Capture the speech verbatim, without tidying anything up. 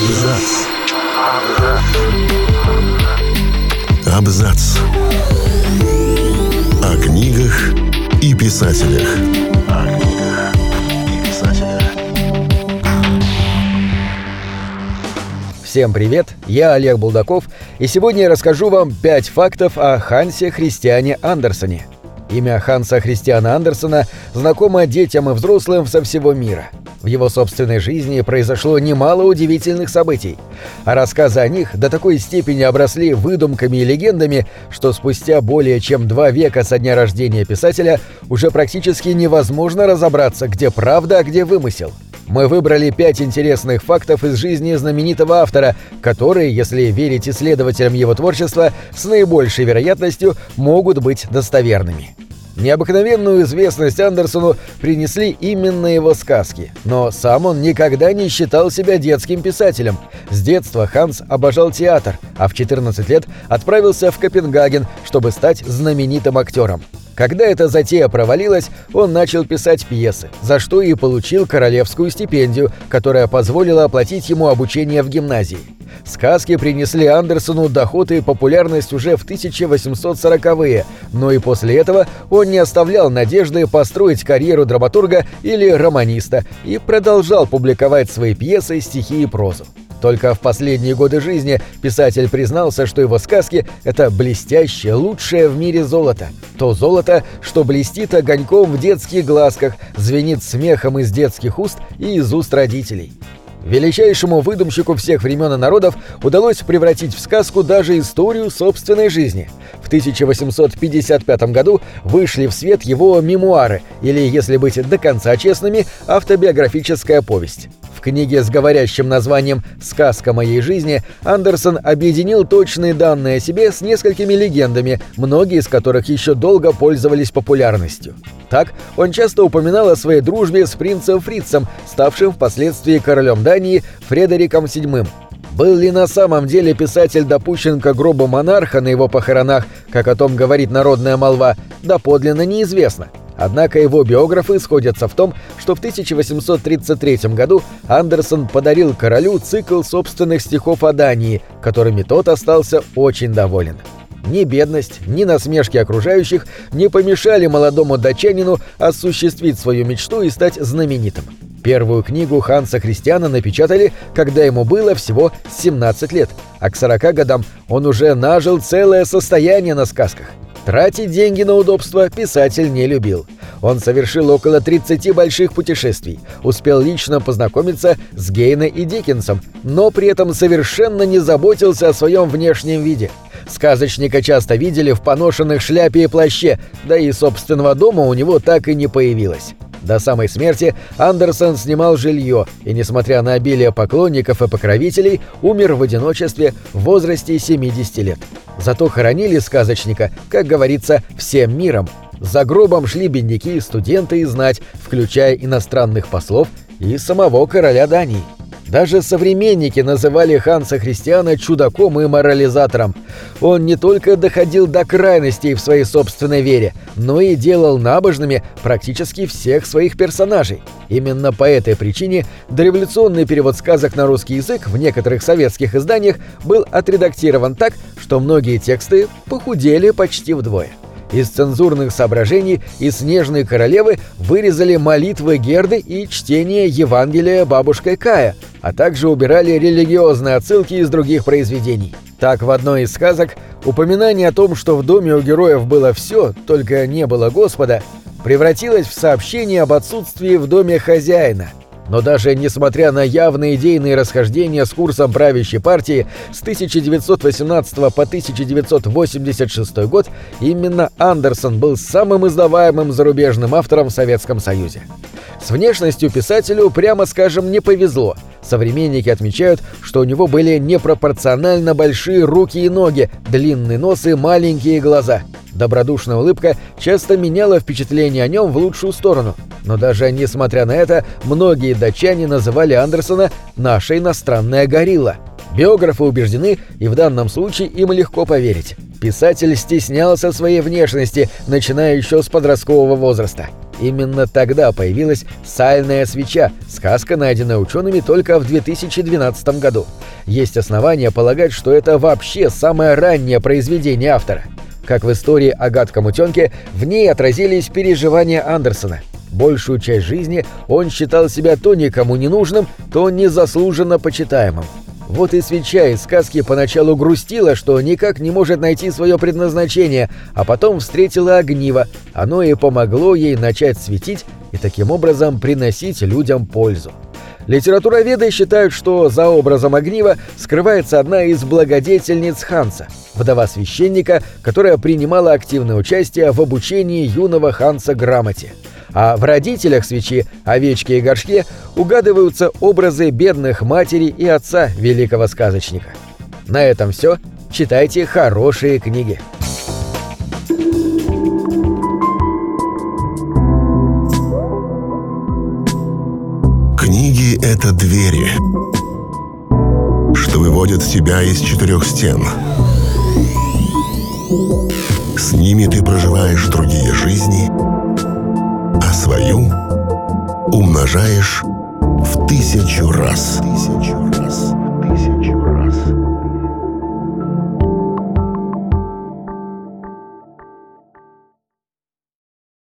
Абзац. Абзац. О книгах и писателях. О книгах и писателях. Всем привет, я Олег Булдаков, и сегодня я расскажу вам пять фактов о Хансе Христиане Андерсене. Имя Ханса Христиана Андерсена знакомо детям и взрослым со всего мира. В его собственной жизни произошло немало удивительных событий, а рассказы о них до такой степени обросли выдумками и легендами, что спустя более чем два века со дня рождения писателя уже практически невозможно разобраться, где правда, а где вымысел. Мы выбрали пять интересных фактов из жизни знаменитого автора, которые, если верить исследователям его творчества, с наибольшей вероятностью могут быть достоверными. Необыкновенную известность Андерсену принесли именно его сказки, но сам он никогда не считал себя детским писателем. С детства Ханс обожал театр, а в четырнадцать лет отправился в Копенгаген, чтобы стать знаменитым актером. Когда эта затея провалилась, он начал писать пьесы, за что и получил королевскую стипендию, которая позволила оплатить ему обучение в гимназии. Сказки принесли Андерсену доход и популярность уже в тысяча восемьсот сороковые, но и после этого он не оставлял надежды построить карьеру драматурга или романиста и продолжал публиковать свои пьесы, стихи и прозу. Только в последние годы жизни писатель признался, что его сказки — это блестящее, лучшее в мире золото. То золото, что блестит огоньком в детских глазках, звенит смехом из детских уст и из уст родителей. Величайшему выдумщику всех времен и народов удалось превратить в сказку даже историю собственной жизни. В тысяча восемьсот пятьдесят пятом году вышли в свет его мемуары, или, если быть до конца честными, автобиографическая повесть. В книге с говорящим названием «Сказка моей жизни» Андерсен объединил точные данные о себе с несколькими легендами, многие из которых еще долго пользовались популярностью. Так, он часто упоминал о своей дружбе с принцем Фрицем, ставшим впоследствии королем Дании Фредериком седьмым. Был ли на самом деле писатель допущен к гробу монарха на его похоронах, как о том говорит народная молва, доподлинно неизвестно. Однако его биографы сходятся в том, что в тысяча восемьсот тридцать третьем году Андерсен подарил королю цикл собственных стихов о Дании, которыми тот остался очень доволен. Ни бедность, ни насмешки окружающих не помешали молодому датчанину осуществить свою мечту и стать знаменитым. Первую книгу Ханса Христиана напечатали, когда ему было всего семнадцать лет, а к сорока годам он уже нажил целое состояние на сказках. Тратить деньги на удобство писатель не любил. Он совершил около тридцати больших путешествий, успел лично познакомиться с Гейне и Диккенсом, но при этом совершенно не заботился о своем внешнем виде. Сказочника часто видели в поношенных шляпе и плаще, да и собственного дома у него так и не появилось. До самой смерти Андерсен снимал жилье и, несмотря на обилие поклонников и покровителей, умер в одиночестве в возрасте семидесяти лет. Зато хоронили сказочника, как говорится, всем миром. За гробом шли бедняки, студенты и знать, включая иностранных послов и самого короля Дании. Даже современники называли Ханса Христиана чудаком и морализатором. Он не только доходил до крайностей в своей собственной вере, но и делал набожными практически всех своих персонажей. Именно по этой причине дореволюционный перевод сказок на русский язык в некоторых советских изданиях был отредактирован так, что многие тексты похудели почти вдвое. Из цензурных соображений из «Снежной королевы» вырезали молитвы Герды и чтение Евангелия бабушкой Кая, а также убирали религиозные отсылки из других произведений. Так, в одной из сказок упоминание о том, что в доме у героев было все, только не было Господа, превратилось в сообщение об отсутствии в доме хозяина. Но даже несмотря на явные идейные расхождения с курсом правящей партии, с тысяча девятьсот восемнадцатого по тысяча девятьсот восемьдесят шестой год именно Андерсен был самым издаваемым зарубежным автором в Советском Союзе. С внешностью писателю, прямо скажем, не повезло. Современники отмечают, что у него были непропорционально большие руки и ноги, длинный нос и маленькие глаза. Добродушная улыбка часто меняла впечатление о нем в лучшую сторону. Но даже несмотря на это, многие датчане называли Андерсена «наша иностранная горилла». Биографы убеждены, и в данном случае им легко поверить. Писатель стеснялся своей внешности, начиная еще с подросткового возраста. Именно тогда появилась «Сальная свеча», сказка, найденная учеными только в две тысячи двенадцатом году. Есть основания полагать, что это вообще самое раннее произведение автора. Как в истории о гадком утенке, в ней отразились переживания Андерсона. Большую часть жизни он считал себя то никому не нужным, то незаслуженно почитаемым. Вот и свеча из сказки поначалу грустила, что никак не может найти свое предназначение, а потом встретила огниво. Оно и помогло ей начать светить и таким образом приносить людям пользу. Литературоведы считают, что за образом огнива скрывается одна из благодетельниц Ханса, вдова священника, которая принимала активное участие в обучении юного Ханса грамоте. А в родителях свечи, овечке и горшке, угадываются образы бедных матери и отца великого сказочника. На этом все. Читайте хорошие книги. Книги — это двери, что выводят тебя из четырех стен. С ними ты проживаешь другие жизни, а свою умножаешь в тысячу раз. Тысячу раз.